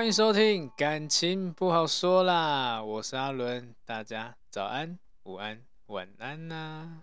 迎收听感情不好说啦，我是阿伦，大家早安、午安、晚安呐、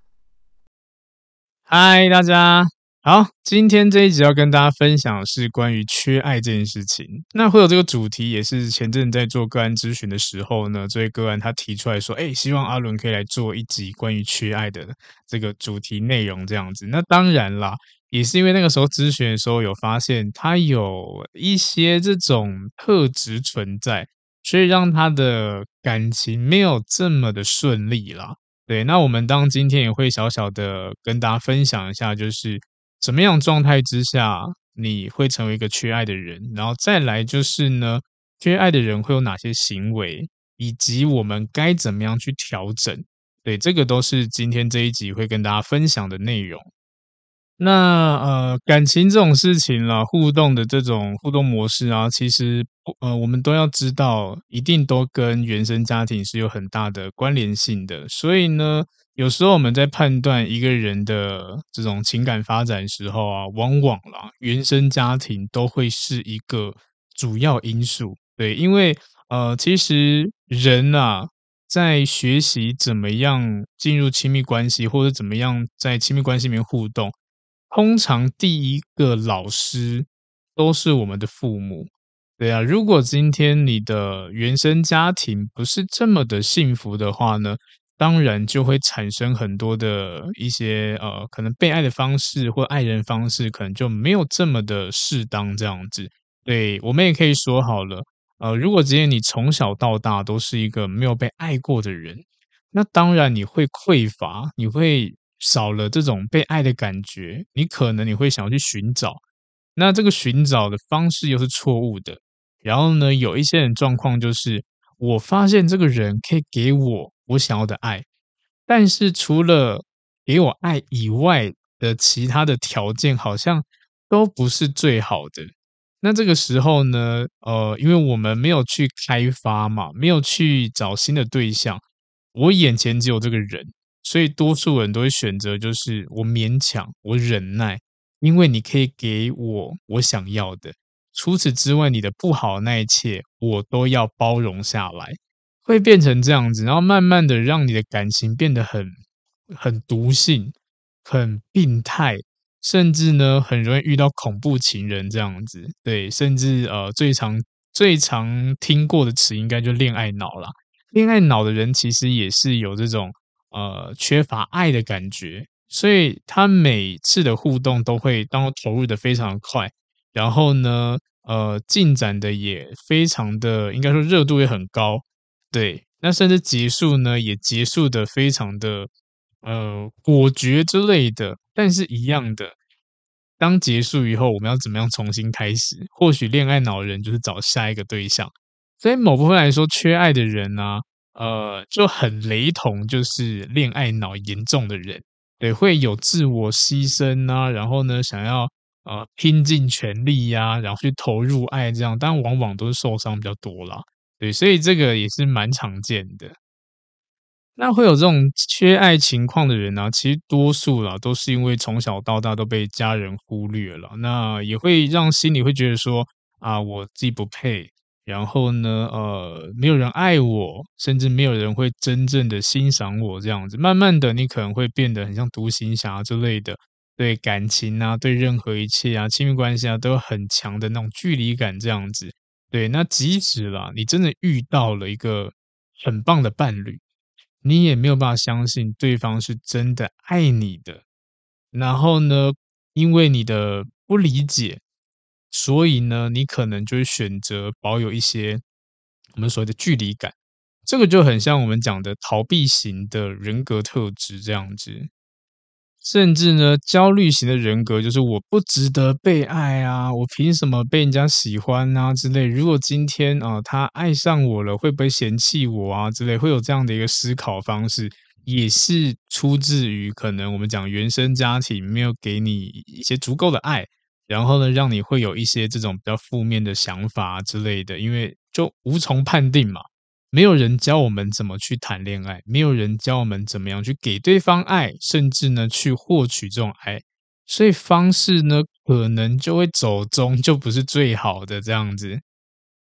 嗨，大家好，今天这一集要跟大家分享的是关于缺爱这件事情。那会有这个主题，也是前阵在做个案咨询的时候呢，这位个案他提出来说，希望阿伦可以来做一集关于缺爱的这个主题内容这样子。那当然啦，也是因为那个时候咨询的时候有发现他有一些这种特质存在，所以让他的感情没有这么的顺利啦。对，那我们今天也会小小的跟大家分享一下，就是怎么样状态之下你会成为一个缺爱的人，然后再来就是呢，缺爱的人会有哪些行为，以及我们该怎么样去调整。对，这个都是今天这一集会跟大家分享的内容。那感情这种事情啦，互动的这种互动模式啊，其实我们都要知道，一定都跟原生家庭是有很大的关联性的。所以呢，有时候我们在判断一个人的这种情感发展时候啊，往往啦，原生家庭都会是一个主要因素。对，因为其实人啊，在学习怎么样进入亲密关系，或者怎么样在亲密关系里面互动。通常第一个老师都是我们的父母。对啊，如果今天你的原生家庭不是这么的幸福的话呢，当然就会产生很多的一些可能被爱的方式或爱人方式，可能就没有这么的适当这样子。对，我们也可以说好了，如果今天你从小到大都是一个没有被爱过的人，那当然你会匮乏，你会少了这种被爱的感觉，你可能会想要去寻找，那这个寻找的方式又是错误的。然后呢，有一些人状况就是，我发现这个人可以给我想要的爱，但是除了给我爱以外的其他的条件，好像都不是最好的。那这个时候呢，因为我们没有去开发嘛，没有去找新的对象，我眼前只有这个人，所以多数人都会选择就是我勉强，我忍耐，因为你可以给我想要的，除此之外，你的不好的那一切我都要包容下来，会变成这样子，然后慢慢的让你的感情变得很毒性，很病态，甚至呢，很容易遇到恐怖情人这样子。对，甚至最常听过的词应该就恋爱脑啦。恋爱脑的人其实也是有这种缺乏爱的感觉，所以他每次的互动都会投入的非常的快，然后呢，进展的也非常的，应该说热度也很高。对，那甚至结束呢，也结束的非常的果决之类的。但是一样的，当结束以后，我们要怎么样重新开始？或许恋爱脑的人就是找下一个对象。所以某部分来说，缺爱的人呢、就很雷同，就是恋爱脑严重的人，对，会有自我牺牲啊，然后呢，想要拼尽全力呀、然后去投入爱这样，但往往都是受伤比较多啦。对，所以这个也是蛮常见的。那会有这种缺爱情况的人呢，其实多数啦，都是因为从小到大都被家人忽略了，那也会让心里会觉得说，啊，我自己不配，然后呢，没有人爱我，甚至没有人会真正的欣赏我这样子。慢慢的，你可能会变得很像独行侠之类的，对感情啊，对任何一切啊，亲密关系啊，都有很强的那种距离感这样子。对，那即使啦，你真的遇到了一个很棒的伴侣，你也没有办法相信对方是真的爱你的。然后呢，因为你的不理解，所以呢，你可能就会选择保有一些我们所谓的距离感。这个就很像我们讲的逃避型的人格特质这样子。甚至呢，焦虑型的人格就是我不值得被爱啊，我凭什么被人家喜欢啊之类。如果今天啊，他爱上我了，会不会嫌弃我啊之类，会有这样的一个思考方式，也是出自于可能我们讲原生家庭没有给你一些足够的爱，然后呢，让你会有一些这种比较负面的想法之类的，因为就无从判定嘛。没有人教我们怎么去谈恋爱，没有人教我们怎么样去给对方爱，甚至呢去获取这种爱，所以方式呢可能就会走中，就不是最好的这样子。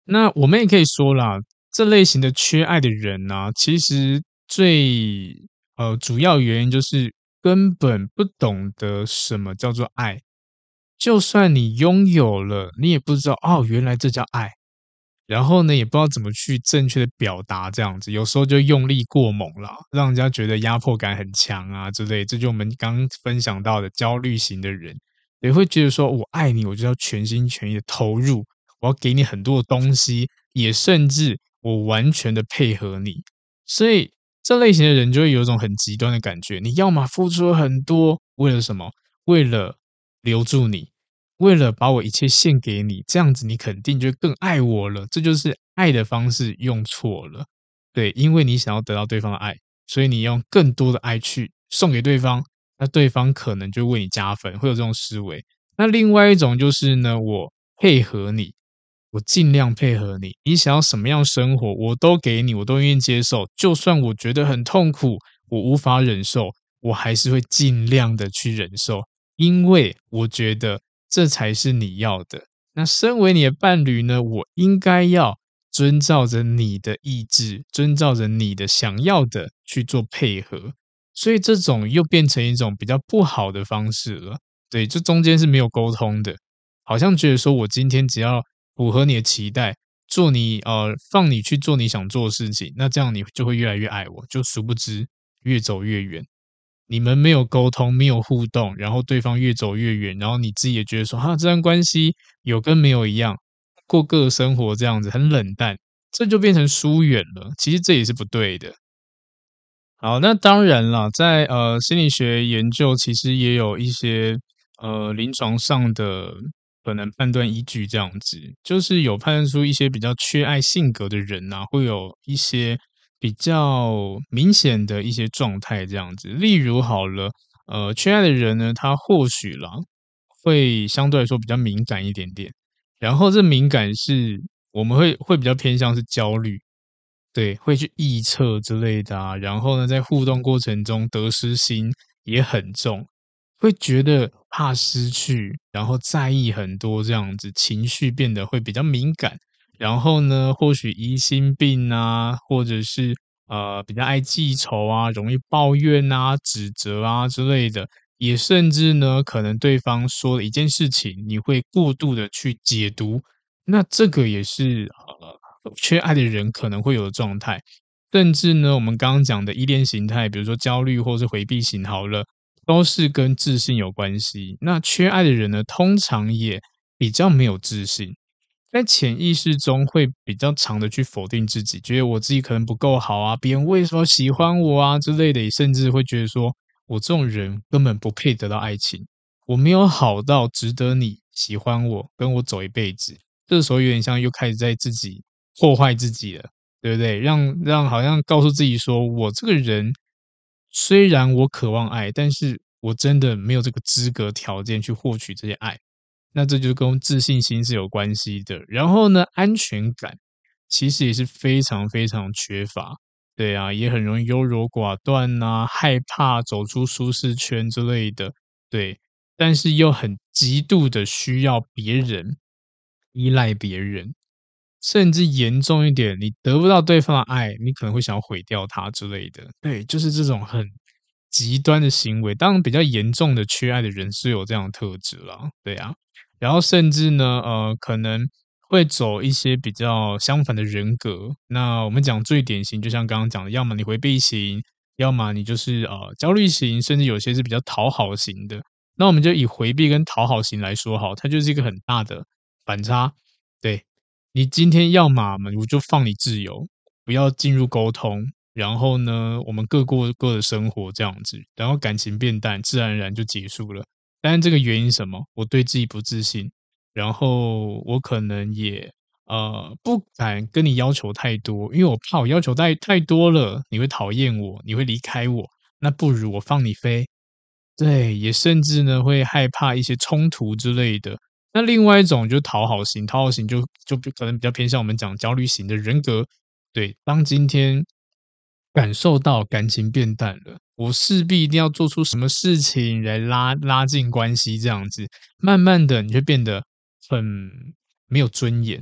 那我们也可以说啦，这类型的缺爱的人啊，其实最主要原因就是根本不懂得什么叫做爱，就算你拥有了，你也不知道哦，原来这叫爱。然后呢，也不知道怎么去正确的表达这样子，有时候就用力过猛了，让人家觉得压迫感很强啊之类。这就我们刚刚分享到的焦虑型的人，也会觉得说我爱你，我就要全心全意的投入，我要给你很多的东西，也甚至我完全的配合你。所以这类型的人就会有一种很极端的感觉，你要么付出了很多，为了什么？为了留住你，为了把我一切献给你，这样子你肯定就更爱我了。这就是爱的方式用错了。对，因为你想要得到对方的爱，所以你用更多的爱去送给对方，那对方可能就为你加分，会有这种思维。那另外一种就是呢，我配合你，我尽量配合你，你想要什么样生活，我都给你，我都愿意接受。就算我觉得很痛苦，我无法忍受，我还是会尽量的去忍受，因为我觉得这才是你要的。那身为你的伴侣呢，我应该要遵照着你的意志，遵照着你的想要的去做配合。所以这种又变成一种比较不好的方式了。对，这中间是没有沟通的，好像觉得说我今天只要符合你的期待，做你放你去做你想做的事情，那这样你就会越来越爱我，就殊不知越走越远。你们没有沟通，没有互动，然后对方越走越远，然后你自己也觉得说，哈，这段关系有跟没有一样，过各的生活这样子很冷淡，这就变成疏远了。其实这也是不对的。好，那当然啦，在心理学研究其实也有一些临床上的可能判断依据，这样子就是有判断出一些比较缺爱性格的人啊，会有一些比较明显的一些状态，这样子。例如好了，缺爱的人呢，他或许啦会相对来说比较敏感一点点，然后这敏感是我们会比较偏向是焦虑。对，会去臆测之类的啊，然后呢，在互动过程中得失心也很重，会觉得怕失去，然后在意很多这样子，情绪变得会比较敏感。然后呢，或许疑心病啊，或者是比较爱记仇啊，容易抱怨啊、指责啊之类的，也甚至呢，可能对方说了一件事情，你会过度的去解读，那这个也是缺爱的人可能会有的状态。甚至呢，我们刚刚讲的依恋形态，比如说焦虑或是回避型好了，都是跟自信有关系。那缺爱的人呢，通常也比较没有自信，在潜意识中会比较长的去否定自己，觉得我自己可能不够好啊，别人为什么喜欢我啊之类的，也甚至会觉得说我这种人根本不配得到爱情，我没有好到值得你喜欢我，跟我走一辈子。这时候有点像又开始在自己破坏自己了，对不对？让好像告诉自己说，我这个人虽然我渴望爱，但是我真的没有这个资格条件去获取这些爱。那这就跟自信心是有关系的。然后呢，安全感其实也是非常非常缺乏，对啊，也很容易优柔寡断呐、害怕走出舒适圈之类的，对。但是又很极度的需要别人，依赖别人，甚至严重一点，你得不到对方的爱，你可能会想要毁掉他之类的。对，就是这种很极端的行为。当然，比较严重的缺爱的人是有这样的特质啦，对啊。然后甚至呢，可能会走一些比较相反的人格。那我们讲最典型，就像刚刚讲的，要么你回避型，要么你就是焦虑型，甚至有些是比较讨好型的。那我们就以回避跟讨好型来说好，它就是一个很大的反差。对，你今天要么我就放你自由，不要进入沟通，然后呢，我们各过各的生活这样子，然后感情变淡，自然而然就结束了。但是这个原因是什么？我对自己不自信，然后我可能也不敢跟你要求太多，因为我怕我要求太多了，你会讨厌我，你会离开我，那不如我放你飞。对，也甚至呢会害怕一些冲突之类的。那另外一种就是讨好型，讨好型就可能比较偏向我们讲焦虑型的人格。对，当今天感受到感情变淡了，我势必一定要做出什么事情来拉近关系，这样子，慢慢的你会变得很没有尊严，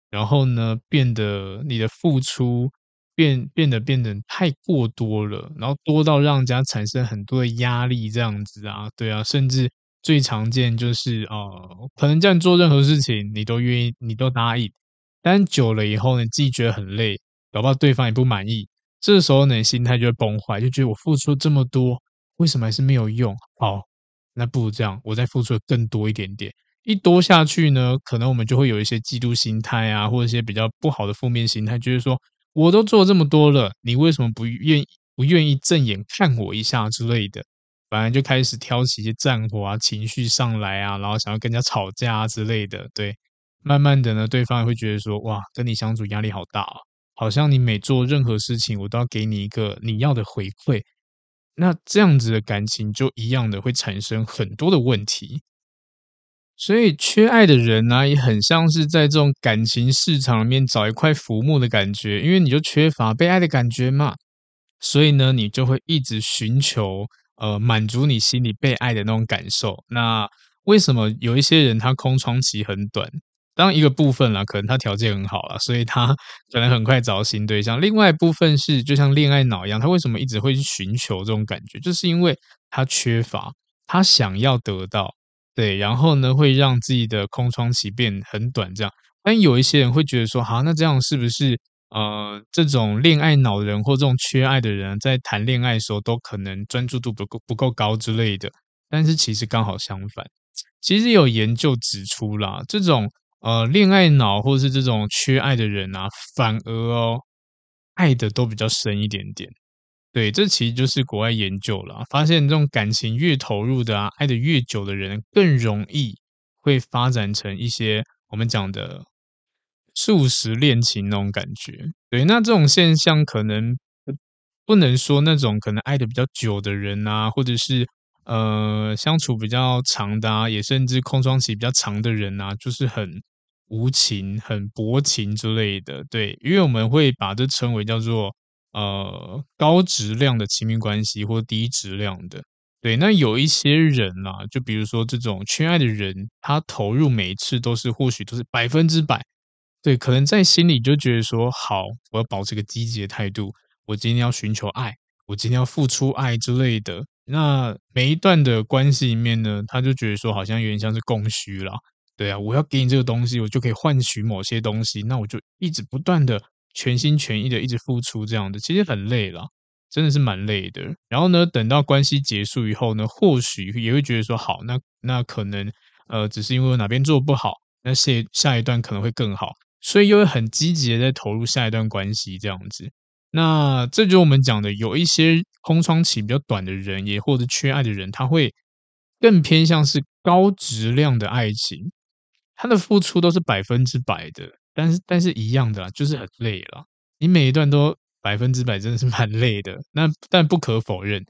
然后呢，变得你的付出变得太过多了，然后多到让人家产生很多的压力这样子啊，对啊，甚至最常见就是可能叫你做任何事情你都愿意，你都答应，但久了以后呢，你自己觉得很累，搞不好对方也不满意，这时候呢，你心态就会崩坏，就觉得我付出了这么多，为什么还是没有用？好，那不如这样，我再付出的更多一点点。一多下去呢，可能我们就会有一些嫉妒心态啊，或者一些比较不好的负面心态，就是说我都做了这么多了，你为什么不愿意正眼看我一下之类的？反而就开始挑起一些战火啊，情绪上来啊，然后想要跟人家吵架啊之类的。对，慢慢的呢，对方也会觉得说，哇，跟你相处压力好大啊，好像你每做任何事情，我都要给你一个你要的回馈。那这样子的感情就一样的会产生很多的问题。所以缺爱的人呢，也很像是在这种感情市场里面找一块浮木的感觉，因为你就缺乏被爱的感觉嘛，所以呢，你就会一直寻求满足你心里被爱的那种感受。那为什么有一些人他空窗期很短？当然一个部分啦，可能他条件很好啦，所以他可能很快找到新对象。另外一部分是，就像恋爱脑一样，他为什么一直会去寻求这种感觉？就是因为他缺乏，他想要得到。对，然后呢，会让自己的空窗期变很短这样。但有一些人会觉得说，好，那这样是不是这种恋爱脑的人或这种缺爱的人，在谈恋爱的时候都可能专注度不够高之类的？但是其实刚好相反，其实有研究指出啦，这种恋爱脑或是这种缺爱的人啊，反而爱的都比较深一点点。对，这其实就是国外研究了，发现这种感情越投入的啊，爱的越久的人，更容易会发展成一些我们讲的速食恋情那种感觉。对，那这种现象可能不能说那种可能爱的比较久的人啊，或者是相处比较长的啊，也甚至空窗期比较长的人啊，就是很无情、很薄情之类的。对，因为我们会把这称为叫做高质量的亲密关系或低质量的。对，那有一些人啊，就比如说这种缺爱的人，他投入每一次都是或许都是100%，对，可能在心里就觉得说，好，我要保持个积极的态度，我今天要寻求爱，我今天要付出爱之类的。那每一段的关系里面呢，他就觉得说，好像有点像是供需啦。对啊，我要给你这个东西，我就可以换取某些东西，那我就一直不断的全心全意的一直付出这样的，其实很累啦，真的是蛮累的。然后呢，等到关系结束以后呢，或许也会觉得说，好，那可能只是因为我哪边做不好，那下一段可能会更好。所以又会很积极的在投入下一段关系这样子。那这就是我们讲的，有一些空窗期比较短的人，也或者缺爱的人，他会更偏向是高质量的爱情，他的付出都是100%的，但是一样的啦，就是很累啦。你每一段都100%，真的是蛮累的。那但不可否认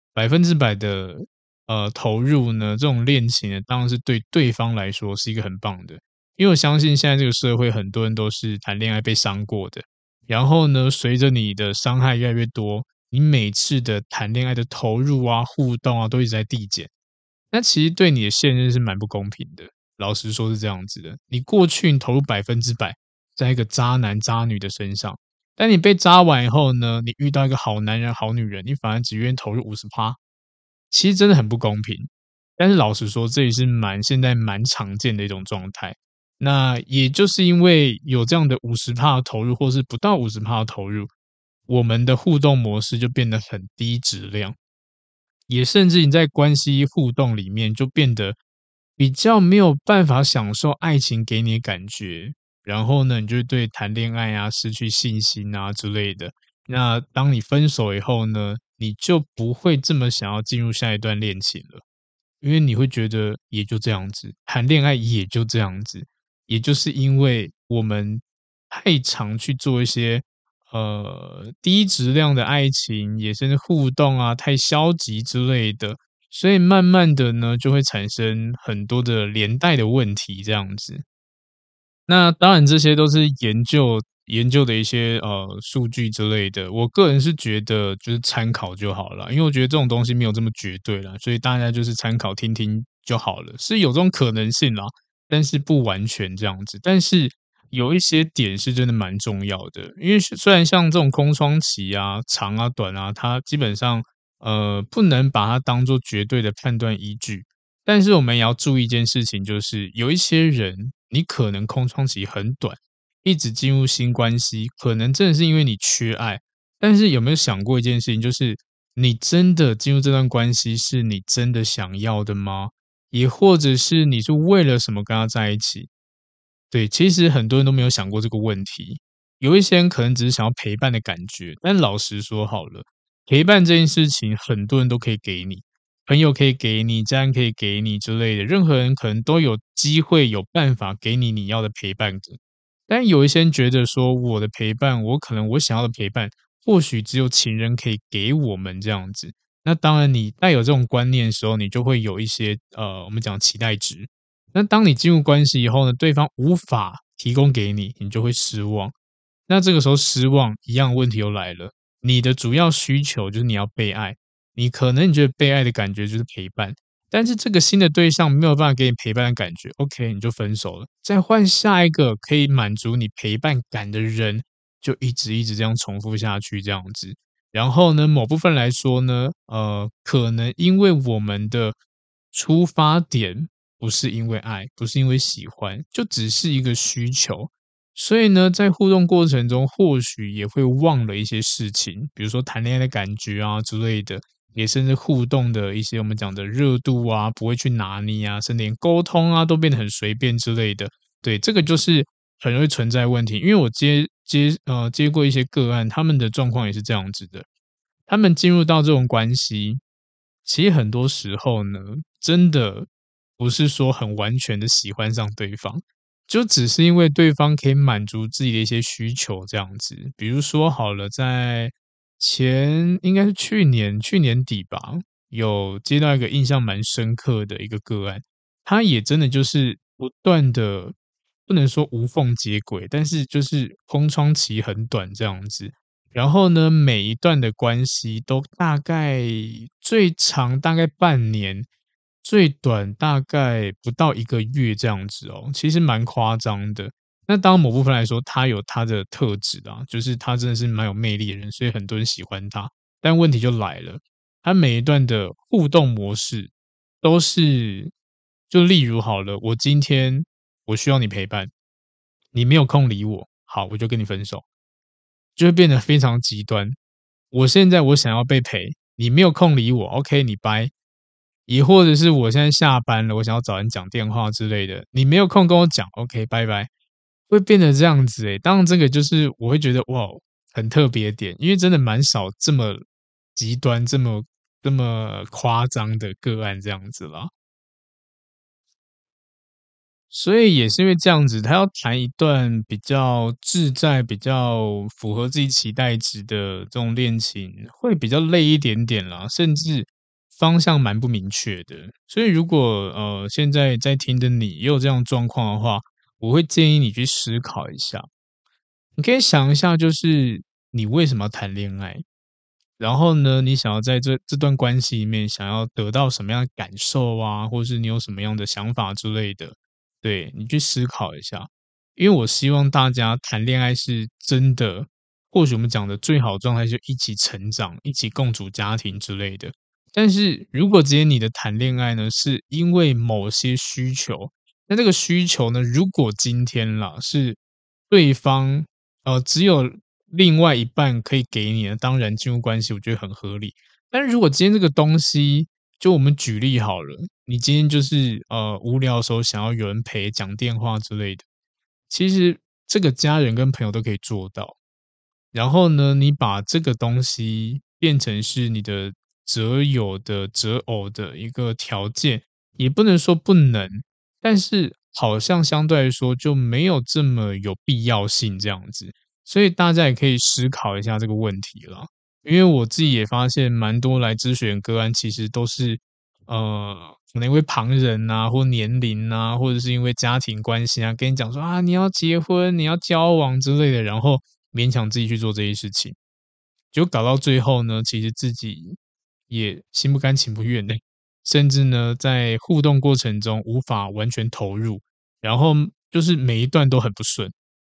100%的投入呢，这种恋情呢，当然是对对方来说是一个很棒的。因为我相信现在这个社会很多人都是谈恋爱被伤过的，然后呢，随着你的伤害越来越多，你每次的谈恋爱的投入啊、互动啊，都一直在递减。那其实对你的现任是蛮不公平的，老实说是这样子的。你过去你投入100%在一个渣男渣女的身上，但你被渣完以后呢，你遇到一个好男人好女人，你反而只愿意投入50%，其实真的很不公平。但是老实说，这也是现在蛮常见的一种状态。那也就是因为有这样的50%的投入，或是不到50%的投入，我们的互动模式就变得很低质量。也甚至你在关系互动里面就变得比较没有办法享受爱情给你的感觉，然后呢，你就会对谈恋爱啊失去信心啊之类的。那当你分手以后呢，你就不会这么想要进入下一段恋情了。因为你会觉得也就这样子，谈恋爱也就这样子，也就是因为我们太常去做一些低质量的爱情，也甚至互动啊，太消极之类的，所以慢慢的呢，就会产生很多的连带的问题，这样子。那当然这些都是研究的一些数据之类的，我个人是觉得就是参考就好了，因为我觉得这种东西没有这么绝对啦，所以大家就是参考听听就好了，是有这种可能性啦，但是不完全这样子。但是有一些点是真的蛮重要的，因为虽然像这种空窗期啊、长啊、短啊，它基本上不能把它当做绝对的判断依据，但是我们也要注意一件事情，就是有一些人，你可能空窗期很短，一直进入新关系，可能真的是因为你缺爱。但是有没有想过一件事情，就是你真的进入这段关系是你真的想要的吗？也或者是你是为了什么跟他在一起？对，其实很多人都没有想过这个问题。有一些人可能只是想要陪伴的感觉，但老实说好了，陪伴这件事情，很多人都可以给你，朋友可以给你，家人可以给你之类的，任何人可能都有机会、有办法给你你要的陪伴的。但有一些人觉得说，我的陪伴，我可能想要的陪伴，或许只有情人可以给我们这样子。那当然，你带有这种观念的时候，你就会有一些我们讲期待值。那当你进入关系以后呢，对方无法提供给你，你就会失望。那这个时候失望，一样问题又来了。你的主要需求就是你要被爱，你可能觉得被爱的感觉就是陪伴，但是这个新的对象没有办法给你陪伴的感觉，OK，你就分手了，再换下一个可以满足你陪伴感的人，就一直这样重复下去，这样子。然后呢，某部分来说呢，可能因为我们的出发点不是因为爱，不是因为喜欢，就只是一个需求。所以呢，在互动过程中，或许也会忘了一些事情，比如说谈恋爱的感觉啊之类的，也甚至互动的一些我们讲的热度啊，不会去拿捏啊，甚至连沟通啊都变得很随便之类的。对，这个就是很容易存在问题。因为我接过一些个案，他们的状况也是这样子的。他们进入到这种关系，其实很多时候呢，真的不是说很完全的喜欢上对方，就只是因为对方可以满足自己的一些需求这样子。比如说好了，在应该是去年底吧，有接到一个印象蛮深刻的一个个案，他也真的就是不断的，不能说无缝接轨，但是就是空窗期很短这样子。然后呢，每一段的关系都大概最长大概半年，最短大概不到1个月这样子哦，其实蛮夸张的。那当然某部分来说，他有他的特质啊，就是他真的是蛮有魅力的人，所以很多人喜欢他。但问题就来了，他每一段的互动模式都是，就例如好了，我今天我需要你陪伴，你没有空理我，好，我就跟你分手。就会变得非常极端。我现在我想要被陪，你没有空理我，OK，你掰。也或者是我现在下班了，我想要找人讲电话之类的，你没有空跟我讲，OK，拜拜。会变得这样子诶，当然这个就是我会觉得哇，很特别点，因为真的蛮少这么极端、这么夸张的个案这样子啦。所以也是因为这样子，他要谈一段比较自在、比较符合自己期待值的这种恋情，会比较累一点点啦，甚至方向蛮不明确的。所以如果现在在听的你也有这样的状况的话，我会建议你去思考一下。你可以想一下，就是你为什么要谈恋爱？然后呢，你想要在这段关系里面想要得到什么样的感受啊，或是你有什么样的想法之类的，对，你去思考一下。因为我希望大家谈恋爱是真的，或许我们讲的最好状态就一起成长，一起共组家庭之类的。但是如果今天你的谈恋爱呢，是因为某些需求，那这个需求呢，如果今天啦是对方只有另外一半可以给你的，当然进入关系我觉得很合理。但是如果今天这个东西，就我们举例好了，你今天就是无聊的时候想要有人陪讲电话之类的，其实这个家人跟朋友都可以做到。然后呢，你把这个东西变成是你的择友的择偶的一个条件，也不能说不能，但是好像相对来说就没有这么有必要性这样子。所以大家也可以思考一下这个问题啦。因为我自己也发现蛮多来咨询的个案，其实都是可能因为旁人啊，或年龄啊，或者是因为家庭关系啊，跟你讲说啊，你要结婚，你要交往之类的，然后勉强自己去做这些事情，就搞到最后呢，其实自己也心不甘情不愿的，甚至呢，在互动过程中无法完全投入，然后就是每一段都很不顺。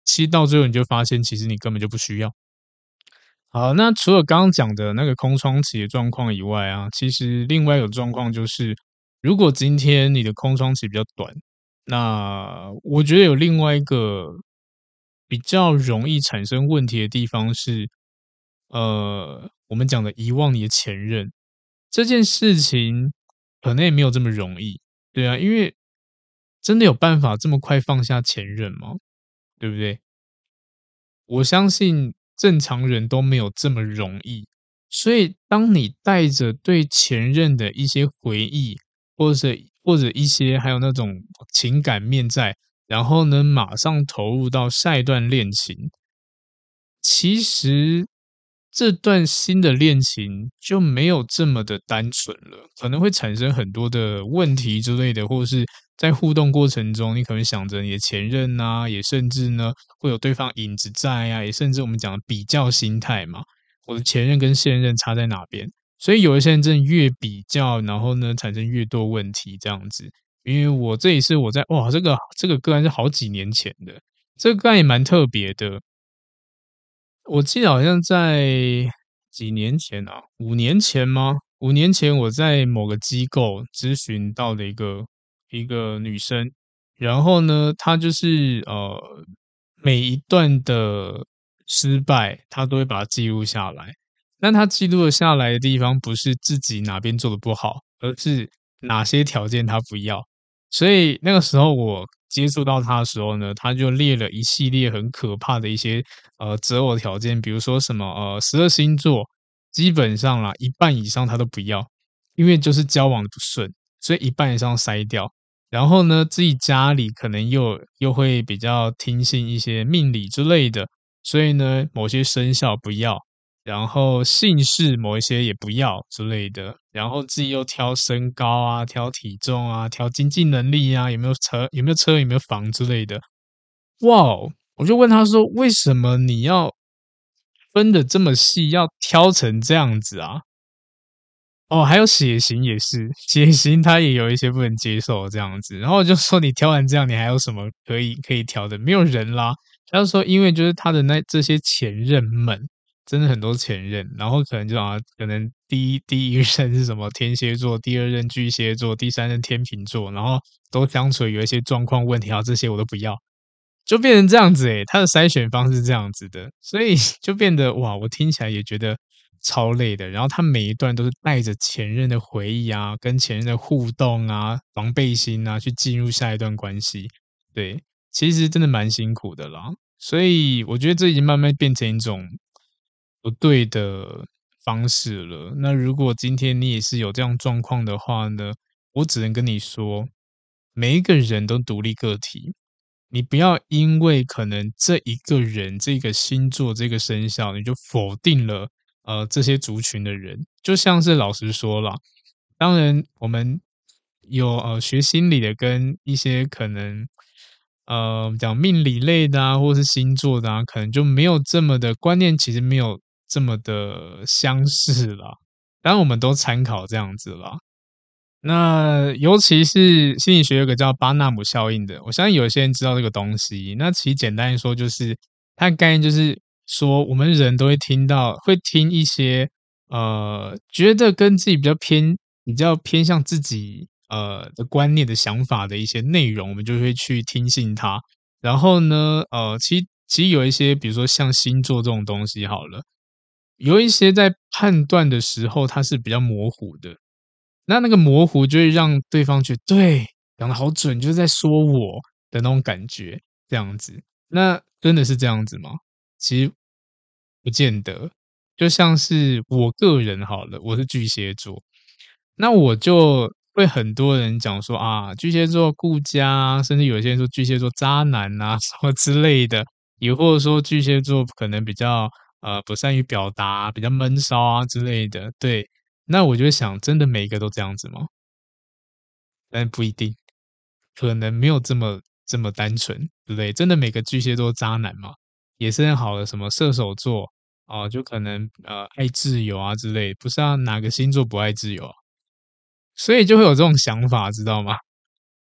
其实到最后你就发现，其实你根本就不需要。好，那除了刚刚讲的那个空窗期的状况以外啊，其实另外一个状况就是，如果今天你的空窗期比较短，那我觉得有另外一个比较容易产生问题的地方是，我们讲的遗忘你的前任这件事情，可能也没有这么容易，对啊，因为真的有办法这么快放下前任吗？对不对？我相信正常人都没有这么容易，所以当你带着对前任的一些回忆，或者一些还有那种情感面在，然后呢，马上投入到下一段恋情，其实这段新的恋情就没有这么的单纯了，可能会产生很多的问题之类的，或者是在互动过程中，你可能想着你的前任呐，也甚至呢会有对方影子在啊，也甚至我们讲的比较心态嘛，我的前任跟现任差在哪边？所以有一些人真的越比较，然后呢产生越多问题这样子。因为我这也是我在哇，这个个案是好几年前的，这个个案也蛮特别的。我记得好像在几年前啊5年前吗5年前我在某个机构咨询到的一个女生，然后呢，她就是每一段的失败，她都会把它记录下来。但她记录的下来的地方，不是自己哪边做的不好，而是哪些条件她不要。所以那个时候我接触到他的时候呢，他就列了一系列很可怕的一些择偶条件，比如说什么12星座，基本上啦一半以上他都不要，因为就是交往的不顺，所以一半以上筛掉。然后呢，自己家里可能又会比较听信一些命理之类的，所以呢，某些生肖不要。然后姓氏某一些也不要之类的，然后自己又挑身高啊、挑体重啊、挑经济能力啊，有没有车、有没有房之类的。哇哦！我就问他说：“为什么你要分的这么细，要挑成这样子啊？”哦，还有血型也是，血型他也有一些不能接受这样子，然后我就说你挑完这样，你还有什么可以挑的？没有人啦。他就说，因为就是他的这些前任们，真的很多前任，然后可能就可能第一任是什么天蝎座，第二任巨蟹座，第三任天秤座，然后都相处有一些状况问题啊，这些我都不要。就变成这样子诶，他的筛选方式是这样子的，所以就变得哇，我听起来也觉得超累的。然后他每一段都是带着前任的回忆啊，跟前任的互动啊、防备心啊，去进入下一段关系。对，其实真的蛮辛苦的啦。所以我觉得这已经慢慢变成一种不对的方式了。那如果今天你也是有这样状况的话呢，我只能跟你说，每一个人都独立个体，你不要因为可能这一个人、这个星座、这个生肖，你就否定了这些族群的人。就像是老实说啦，当然我们有学心理的，跟一些可能讲命理类的啊，或是星座的啊，可能就没有这么的观念，其实没有这么的相似啦。当然我们都参考这样子啦。那尤其是心理学有个叫巴纳姆效应的，我相信有些人知道这个东西。那其实简单来说，就是它的概念就是说，我们人都会听一些觉得跟自己比较偏向自己的观念的想法的一些内容，我们就会去听信它。然后呢，其实有一些，比如说像星座这种东西好了，有一些在判断的时候，它是比较模糊的。那个模糊就会让对方觉得对，讲的好准，就是在说我的那种感觉，这样子。那真的是这样子吗？其实不见得。就像是我个人好了，我是巨蟹座，那我就会很多人讲说啊，巨蟹座顾家啊，甚至有些人说巨蟹座渣男啊什么之类的，也或者说巨蟹座可能比较不善于表达，比较闷骚啊之类的，对。那我就想，真的每一个都这样子吗？但不一定，可能没有这么单纯，对不对？真的每个巨蟹座渣男嘛，也是很好的什么射手座就可能爱自由啊之类，不是啊，哪个星座不爱自由啊？所以就会有这种想法，知道吗？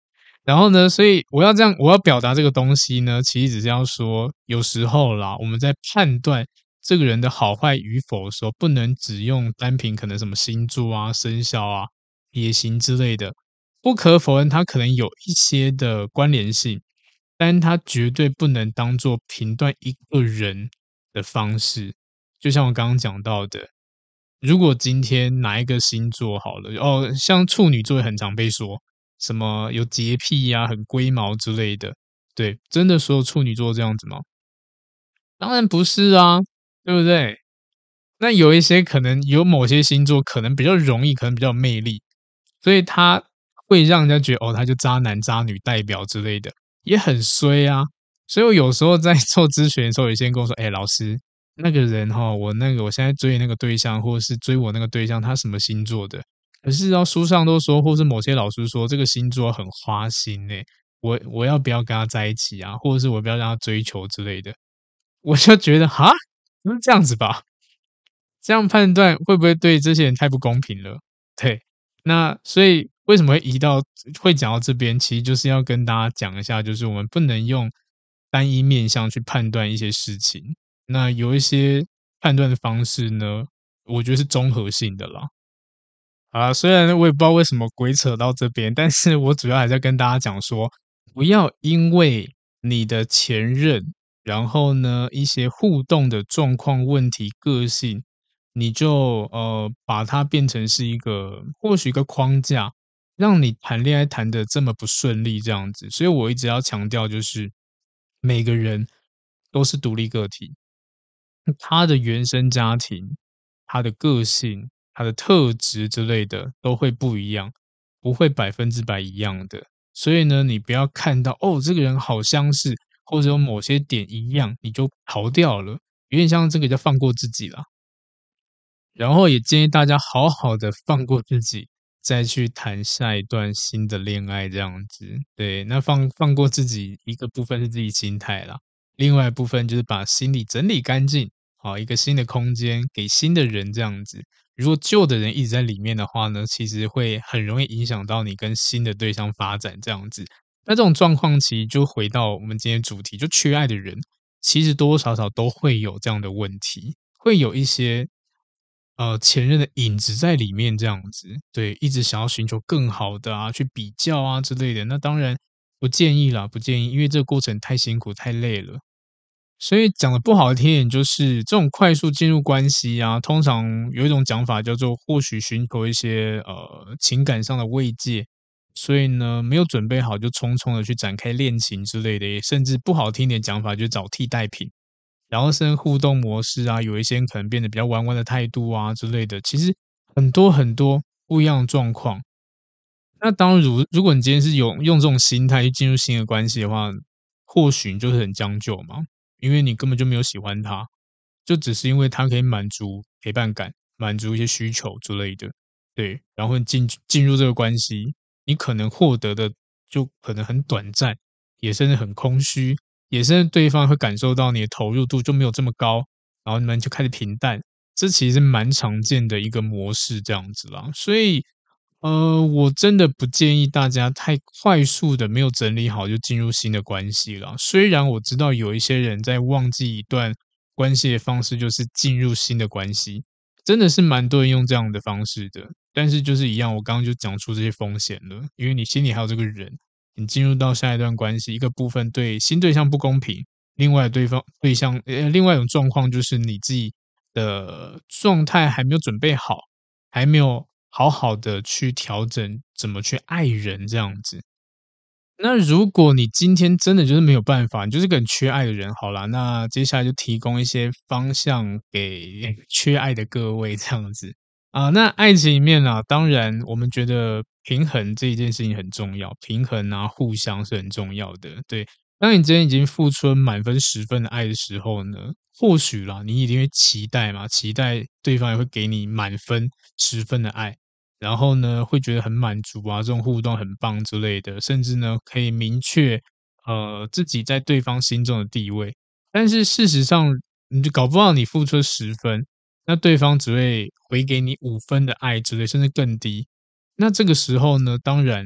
然后呢，所以我要表达这个东西呢，其实只是要说，有时候啦，我们在判断这个人的好坏与否的时候，不能只用单凭可能什么星座啊、生肖啊、血型之类的。不可否认，它可能有一些的关联性，但它绝对不能当做评断一个人的方式。就像我刚刚讲到的，如果今天哪一个星座好了，哦，像处女座也很常被说什么有洁癖呀、很龟毛之类的，对，真的所有处女座这样子吗？当然不是啊，对不对？那有一些可能有某些星座可能比较容易，可能比较有魅力，所以他会让人家觉得哦，他就渣男渣女代表之类的，也很衰啊。所以我有时候在做咨询的时候，有些人跟我说：“哎，老师，那个人哈，我现在追的那个对象，或者是追我那个对象，他什么星座的？可是书上都说，或是某些老师说，这个星座很花心呢、我要不要跟他在一起啊？或者是我不要让他追求之类的？”我就觉得哈，不是这样子吧？这样判断会不会对这些人太不公平了？对，那所以为什么会讲到这边，其实就是要跟大家讲一下，就是我们不能用单一面向去判断一些事情。那有一些判断的方式呢，我觉得是综合性的啦。啊，虽然我也不知道为什么鬼扯到这边，但是我主要还是要跟大家讲说，不要因为你的前任，然后呢一些互动的状况、问题、个性，你就把它变成是一个或许一个框架，让你谈恋爱谈得这么不顺利这样子。所以我一直要强调，就是每个人都是独立个体，他的原生家庭、他的个性、他的特质之类的都会不一样，不会100%一样的。所以呢，你不要看到哦，这个人好相似，或者有某些点一样，你就逃掉了。有点像这个叫放过自己啦。然后也建议大家好好的放过自己，再去谈下一段新的恋爱这样子。对，那放过自己，一个部分是自己心态啦，另外一部分就是把心理整理干净，好，一个新的空间给新的人这样子。如果旧的人一直在里面的话呢，其实会很容易影响到你跟新的对象发展这样子。那这种状况其实就回到我们今天主题，就缺爱的人，其实多多少少都会有这样的问题，会有一些前任的影子在里面这样子，对，一直想要寻求更好的啊，去比较啊之类的，那当然不建议啦，不建议，因为这个过程太辛苦太累了。所以讲的不好听点，就是这种快速进入关系啊，通常有一种讲法叫做或许寻求一些情感上的慰藉，所以呢没有准备好就匆匆的去展开恋情之类的，也甚至不好听点讲法就找替代品。然后甚至互动模式啊，有一些人可能变得比较玩玩的态度啊之类的，其实很多很多不一样的状况。那当然如果你今天是用这种心态去进入新的关系的话，或许你就是很将就嘛，因为你根本就没有喜欢他，就只是因为他可以满足陪伴感，满足一些需求之类的，对，然后进入这个关系，你可能获得的就可能很短暂，也甚至很空虚，也甚至对方会感受到你的投入度就没有这么高，然后你们就开始平淡，这其实蛮常见的一个模式这样子啦，所以我真的不建议大家太快速的没有整理好就进入新的关系了。虽然我知道有一些人在忘记一段关系的方式，就是进入新的关系，真的是蛮多人用这样的方式的。但是就是一样，我刚刚就讲出这些风险了，因为你心里还有这个人，你进入到下一段关系，一个部分对新对象不公平，另外对象另外一种状况就是你自己的状态还没有准备好。还没有好好的去调整怎么去爱人这样子。那如果你今天真的就是没有办法，你就是个很缺爱的人，好啦，那接下来就提供一些方向给缺爱的各位这样子。啊，那爱情里面啊，当然我们觉得平衡这一件事情很重要，平衡啊，互相是很重要的。对，当你今天已经付出了满分10分的爱的时候呢，或许啦，你一定会期待嘛，期待对方也会给你满分10分的爱。然后呢，会觉得很满足啊，这种互动很棒之类的，甚至呢，可以明确自己在对方心中的地位。但是事实上，你就搞不好你付出了10分，那对方只会回给你5分的爱之类，甚至更低。那这个时候呢，当然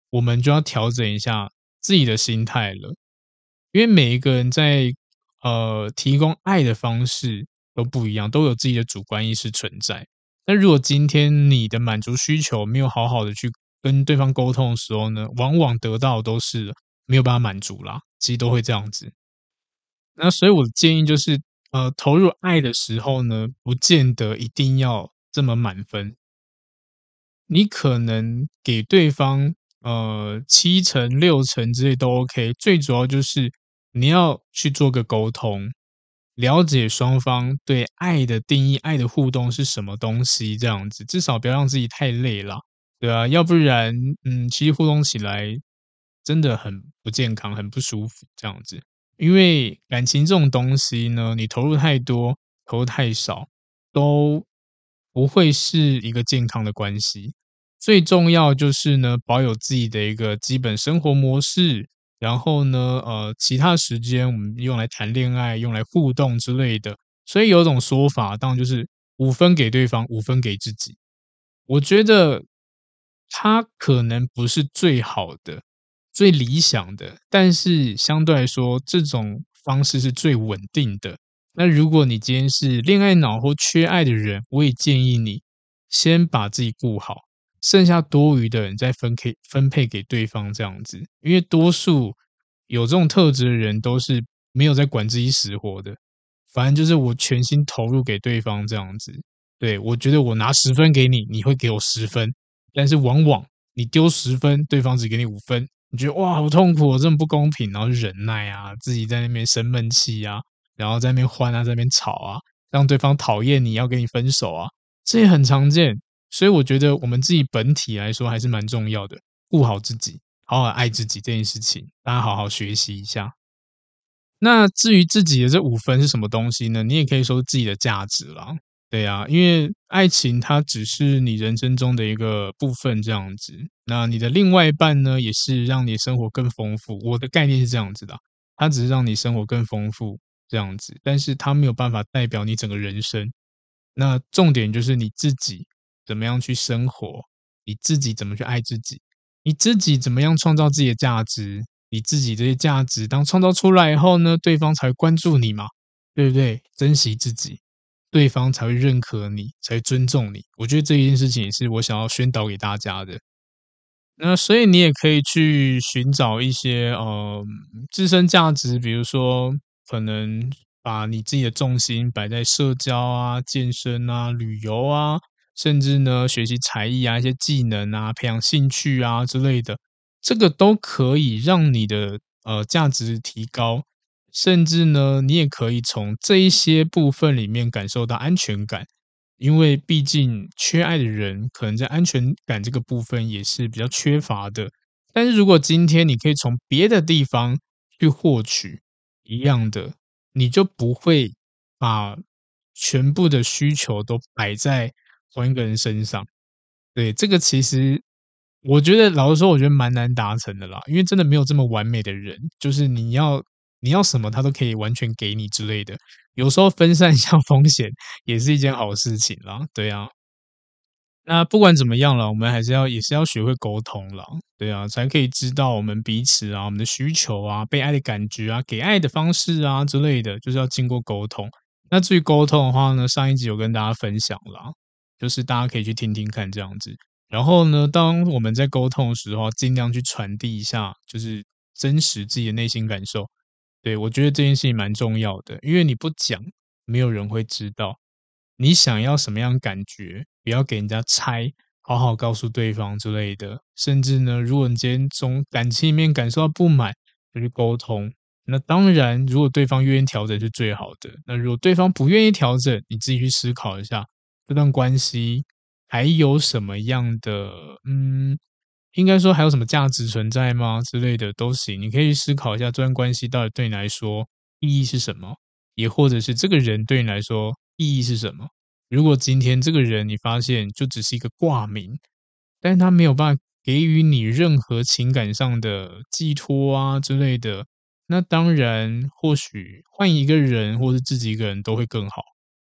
我们就要调整一下自己的心态了。因为每一个人在提供爱的方式都不一样，都有自己的主观意识存在。那如果今天你的满足需求没有好好的去跟对方沟通的时候呢，往往得到的都是没有办法满足啦，其实都会这样子。那所以我的建议就是，投入爱的时候呢，不见得一定要这么满分。你可能给对方7成6成之类都 OK，最主要就是你要去做个沟通，了解双方对爱的定义、爱的互动是什么东西，这样子，至少不要让自己太累了，对啊，要不然，其实互动起来真的很不健康、很不舒服，这样子。因为感情这种东西呢，你投入太多、投入太少，都不会是一个健康的关系。最重要就是呢，保有自己的一个基本生活模式，然后呢，其他时间我们用来谈恋爱、用来互动之类的。所以有一种说法，当然就是5分给对方5分给自己。我觉得它可能不是最好的、最理想的，但是相对来说，这种方式是最稳定的。那如果你今天是恋爱脑或缺爱的人，我也建议你先把自己顾好，剩下多余的人再分配给对方这样子。因为多数有这种特质的人都是没有在管自己死活的，反正就是我全心投入给对方这样子。对，我觉得我拿10分给你，你会给我10分，但是往往你丢10分，对方只给你5分，你觉得哇好痛苦哦，这么不公平，然后忍耐啊，自己在那边生闷气啊，然后在那边欢啊，在那边吵啊，让对方讨厌你，要跟你分手啊，这也很常见。所以我觉得我们自己本体来说还是蛮重要的，顾好自己，好好爱自己这件事情，大家好好学习一下。那至于自己的这5分是什么东西呢？你也可以说自己的价值啦。对啊，因为爱情它只是你人生中的一个部分这样子，那你的另外一半呢，也是让你生活更丰富。我的概念是这样子的啊，它只是让你生活更丰富这样子，但是它没有办法代表你整个人生。那重点就是你自己怎么样去生活，你自己怎么去爱自己，你自己怎么样创造自己的价值，你自己这些价值当创造出来以后呢，对方才会关注你嘛，对不对？珍惜自己，对方才会认可你，才会尊重你。我觉得这一件事情也是我想要宣导给大家的。那所以你也可以去寻找一些自身价值，比如说可能把你自己的重心摆在社交啊、健身啊、旅游啊，甚至呢学习才艺啊、一些技能啊、培养兴趣啊之类的，这个都可以让你的价值提高，甚至呢你也可以从这一些部分里面感受到安全感。因为毕竟缺爱的人，可能在安全感这个部分也是比较缺乏的。但是如果今天你可以从别的地方去获取一样的，你就不会把全部的需求都摆在同一个人身上。对，这个其实我觉得老实说，我觉得蛮难达成的啦，因为真的没有这么完美的人，就是你要什么，他都可以完全给你之类的。有时候分散一下风险也是一件好事情啦，对啊。那不管怎么样了，我们还是要也是要学会沟通啦，对啊，才可以知道我们彼此啊、我们的需求啊、被爱的感觉啊、给爱的方式啊之类的，就是要经过沟通。那至于沟通的话呢，上一集有跟大家分享啦，就是大家可以去听听看这样子。然后呢，当我们在沟通的时候，尽量去传递一下，就是真实自己的内心感受。对，我觉得这件事情蛮重要的，因为你不讲，没有人会知道。你想要什么样感觉，不要给人家猜，好好告诉对方之类的。甚至呢，如果你今天从感情里面感受到不满，就去沟通。那当然，如果对方愿意调整是最好的。那如果对方不愿意调整，你自己去思考一下，这段关系还有什么样的，应该说还有什么价值存在吗？之类的都行。你可以思考一下这段关系到底对你来说意义是什么，也或者是这个人对你来说意义是什么。如果今天这个人你发现就只是一个挂名，但是他没有办法给予你任何情感上的寄托啊之类的，那当然或许换一个人或是自己一个人都会更好。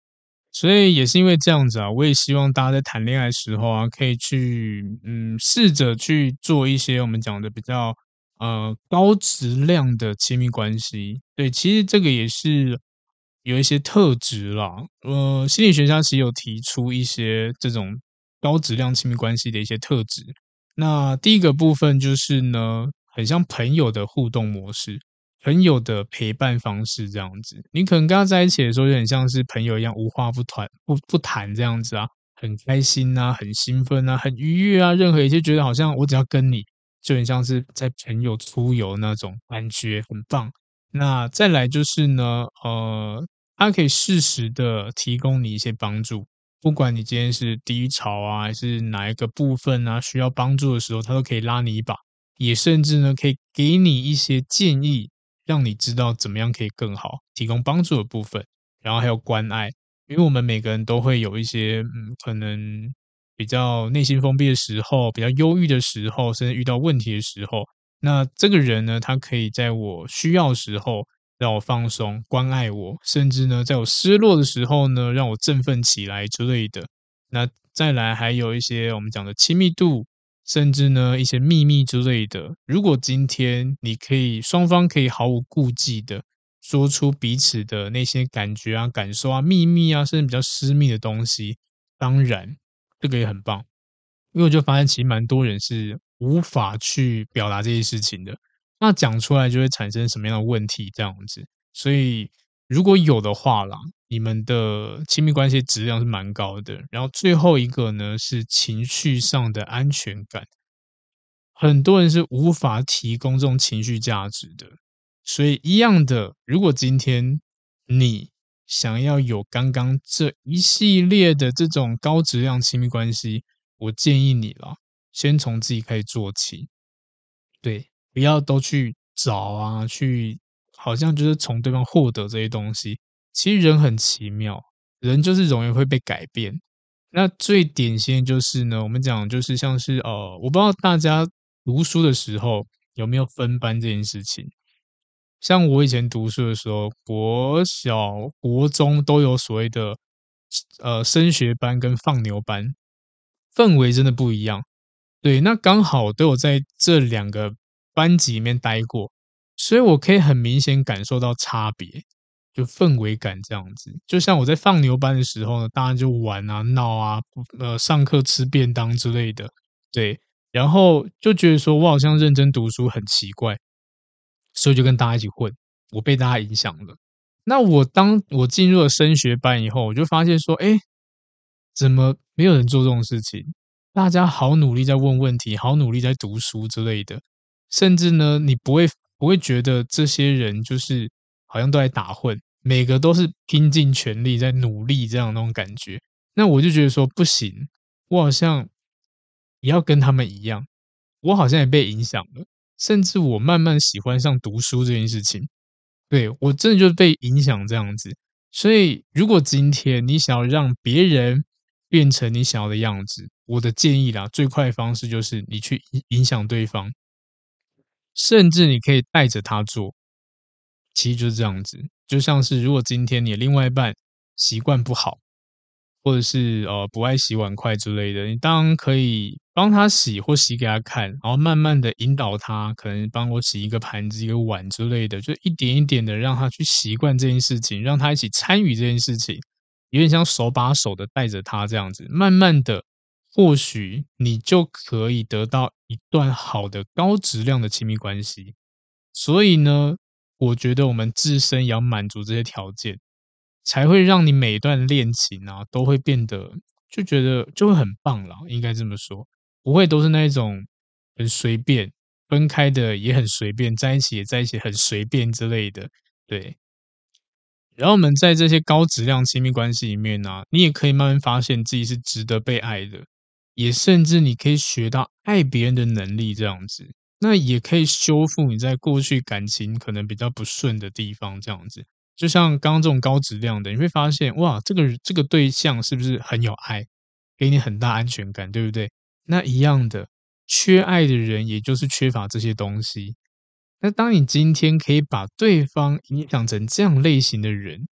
所以也是因为这样子啊，我也希望大家在谈恋爱的时候啊，可以去试着去做一些我们讲的比较高质量的亲密关系。对，其实这个也是有一些特质啦。心理学家其实有提出一些这种高质量亲密关系的一些特质。那第一个部分就是呢，很像朋友的互动模式。朋友的陪伴方式这样子，你可能跟他在一起的时候，有点像是朋友一样，无话不谈这样子啊，很开心啊，很兴奋啊，很愉悦啊，任何一切觉得好像我只要跟你，就很像是在朋友出游那种感觉，很棒。那再来就是呢，他可以适时的提供你一些帮助，不管你今天是低潮啊，还是哪一个部分啊，需要帮助的时候，他都可以拉你一把，也甚至呢，可以给你一些建议，让你知道怎么样可以更好，提供帮助的部分，然后还有关爱。因为我们每个人都会有一些，可能比较内心封闭的时候，比较忧郁的时候，甚至遇到问题的时候，那这个人呢，他可以在我需要的时候让我放松、关爱我，甚至呢，在我失落的时候呢，让我振奋起来之类的。那再来还有一些我们讲的亲密度，甚至呢一些秘密之类的。如果今天你可以双方可以毫无顾忌的说出彼此的那些感觉啊、感受啊、秘密啊，甚至比较私密的东西，当然这个也很棒。因为我就发现其实蛮多人是无法去表达这些事情的，那讲出来就会产生什么样的问题这样子。所以如果有的话啦，你们的亲密关系质量是蛮高的。然后最后一个呢，是情绪上的安全感。很多人是无法提供这种情绪价值的。所以一样的，如果今天你想要有刚刚这一系列的这种高质量亲密关系，我建议你啦，先从自己开始做起。对，不要都去找啊，去好像就是从对方获得这些东西。其实人很奇妙，人就是容易会被改变。那最典型的就是呢，我们讲就是像是我不知道大家读书的时候有没有分班这件事情。像我以前读书的时候，国小、国中都有所谓的升学班跟放牛班，氛围真的不一样。对，那刚好我都有在这两个班级里面待过，所以我可以很明显感受到差别，就氛围感这样子。就像我在放牛班的时候呢，大家就玩啊、闹啊，上课吃便当之类的，对，然后就觉得说我好像认真读书很奇怪，所以就跟大家一起混，我被大家影响了。那当我进入了升学班以后，我就发现说，哎，怎么没有人做这种事情？大家好努力在问问题，好努力在读书之类的，甚至呢，你不会觉得这些人就是好像都在打混，每个都是拼尽全力在努力这样那种感觉。那我就觉得说不行，我好像也要跟他们一样，我好像也被影响了，甚至我慢慢喜欢上读书这件事情。对，我真的就是被影响这样子。所以如果今天你想要让别人变成你想要的样子，我的建议啦，最快的方式就是你去影响对方，甚至你可以带着他做。其实就是这样子，就像是如果今天你的另外一半习惯不好，或者是不爱洗碗筷之类的，你当然可以帮他洗或洗给他看，然后慢慢的引导他，可能帮我洗一个盘子、一个碗之类的，就一点一点的让他去习惯这件事情，让他一起参与这件事情，有点像手把手的带着他这样子，慢慢的，或许你就可以得到一段好的高质量的亲密关系。所以呢，我觉得我们自身也要满足这些条件，才会让你每一段恋情啊，都会变得就觉得就会很棒啦，应该这么说。不会都是那一种很随便，分开的也很随便，在一起也在一起很随便之类的，对。然后我们在这些高质量亲密关系里面呢，你也可以慢慢发现自己是值得被爱的，也甚至你可以学到爱别人的能力这样子。那也可以修复你在过去感情可能比较不顺的地方这样子。就像刚刚这种高质量的，你会发现，哇，这个对象是不是很有爱，给你很大安全感，对不对？那一样的，缺爱的人也就是缺乏这些东西。那当你今天可以把对方影响成这样类型的人，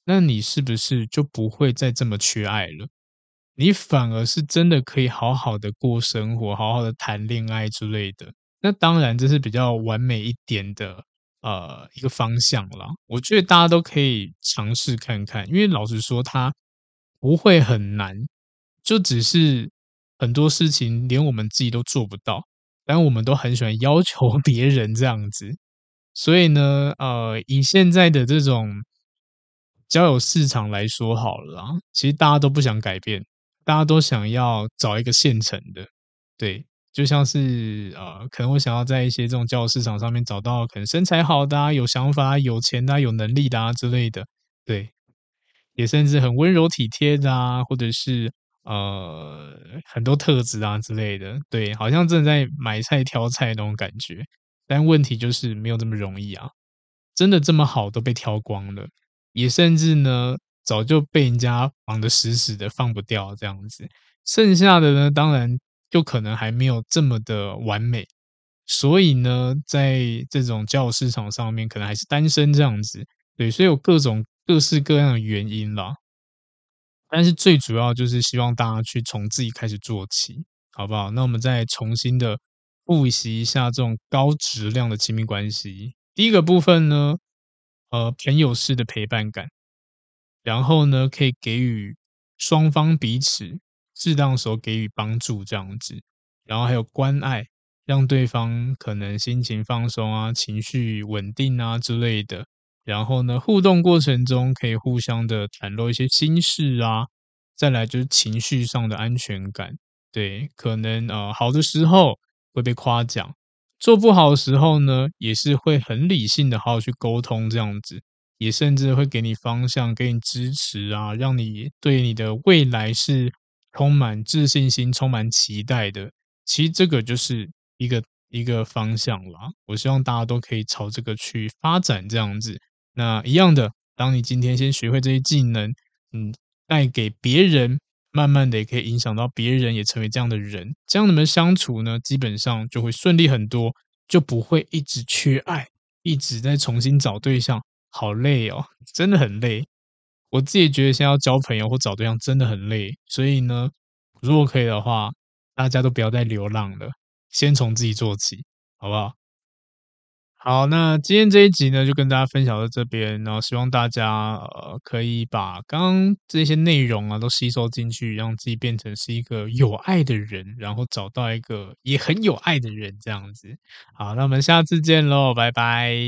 那你是不是就不会再这么缺爱了？你反而是真的可以好好的过生活，好好的谈恋爱之类的。那当然这是比较完美一点的，一个方向啦。我觉得大家都可以尝试看看，因为老实说它不会很难，就只是很多事情连我们自己都做不到，但我们都很喜欢要求别人这样子。所以呢，以现在的这种交友市场来说好了啦，其实大家都不想改变，大家都想要找一个现成的，对，就像是可能我想要在一些这种交友市场上面找到可能身材好的啊、有想法啊、有钱的啊、有能力的啊之类的，对，也甚至很温柔体贴的啊，或者是很多特质啊之类的，对，好像正在买菜挑菜那种感觉，但问题就是没有这么容易啊，真的这么好都被挑光了。也甚至呢，早就被人家绑得死死的，放不掉这样子。剩下的呢，当然就可能还没有这么的完美。所以呢，在这种交友市场上面，可能还是单身这样子。对，所以有各种各式各样的原因啦。但是最主要就是希望大家去从自己开始做起，好不好？那我们再重新的复习一下这种高质量的亲密关系。第一个部分呢，朋友式的陪伴感。然后呢，可以给予双方彼此适当时候给予帮助这样子，然后还有关爱，让对方可能心情放松啊、情绪稳定啊之类的。然后呢，互动过程中可以互相的袒露一些心事啊，再来就是情绪上的安全感。对，可能好的时候会被夸奖，做不好的时候呢，也是会很理性的好好去沟通这样子。也甚至会给你方向、给你支持啊，让你对你的未来是充满自信心、充满期待的。其实这个就是一个方向啦，我希望大家都可以朝这个去发展这样子。那一样的，当你今天先学会这些技能，带给别人，慢慢的也可以影响到别人，也成为这样的人，这样你们相处呢，基本上就会顺利很多，就不会一直缺爱，一直在重新找对象。好累哦，真的很累。我自己觉得现在要交朋友或找对象真的很累，所以呢，如果可以的话，大家都不要再流浪了，先从自己做起，好不好？好，那今天这一集呢，就跟大家分享到这边，然后希望大家可以把刚刚这些内容啊都吸收进去，让自己变成是一个有爱的人，然后找到一个也很有爱的人，这样子。好，那我们下次见喽，拜拜。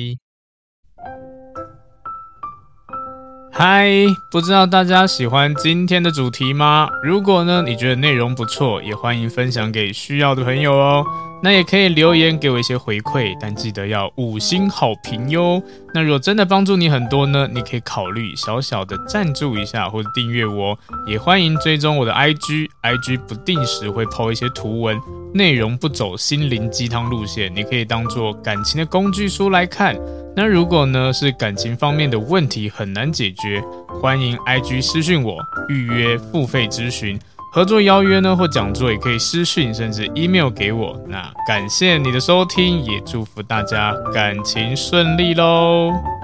嗨，不知道大家喜欢今天的主题吗？如果呢，你觉得内容不错，也欢迎分享给需要的朋友哦。那也可以留言给我一些回馈，但记得要5星好评哟。那如果真的帮助你很多呢，你可以考虑小小的赞助一下或者订阅我，也欢迎追踪我的 IG 不定时会 po 一些图文，内容不走心灵鸡汤路线，你可以当做感情的工具书来看。那如果呢是感情方面的问题很难解决，欢迎 IG 私讯我预约付费咨询，合作邀约呢或讲座也可以私讯甚至 email 给我。那感谢你的收听，也祝福大家感情顺利咯。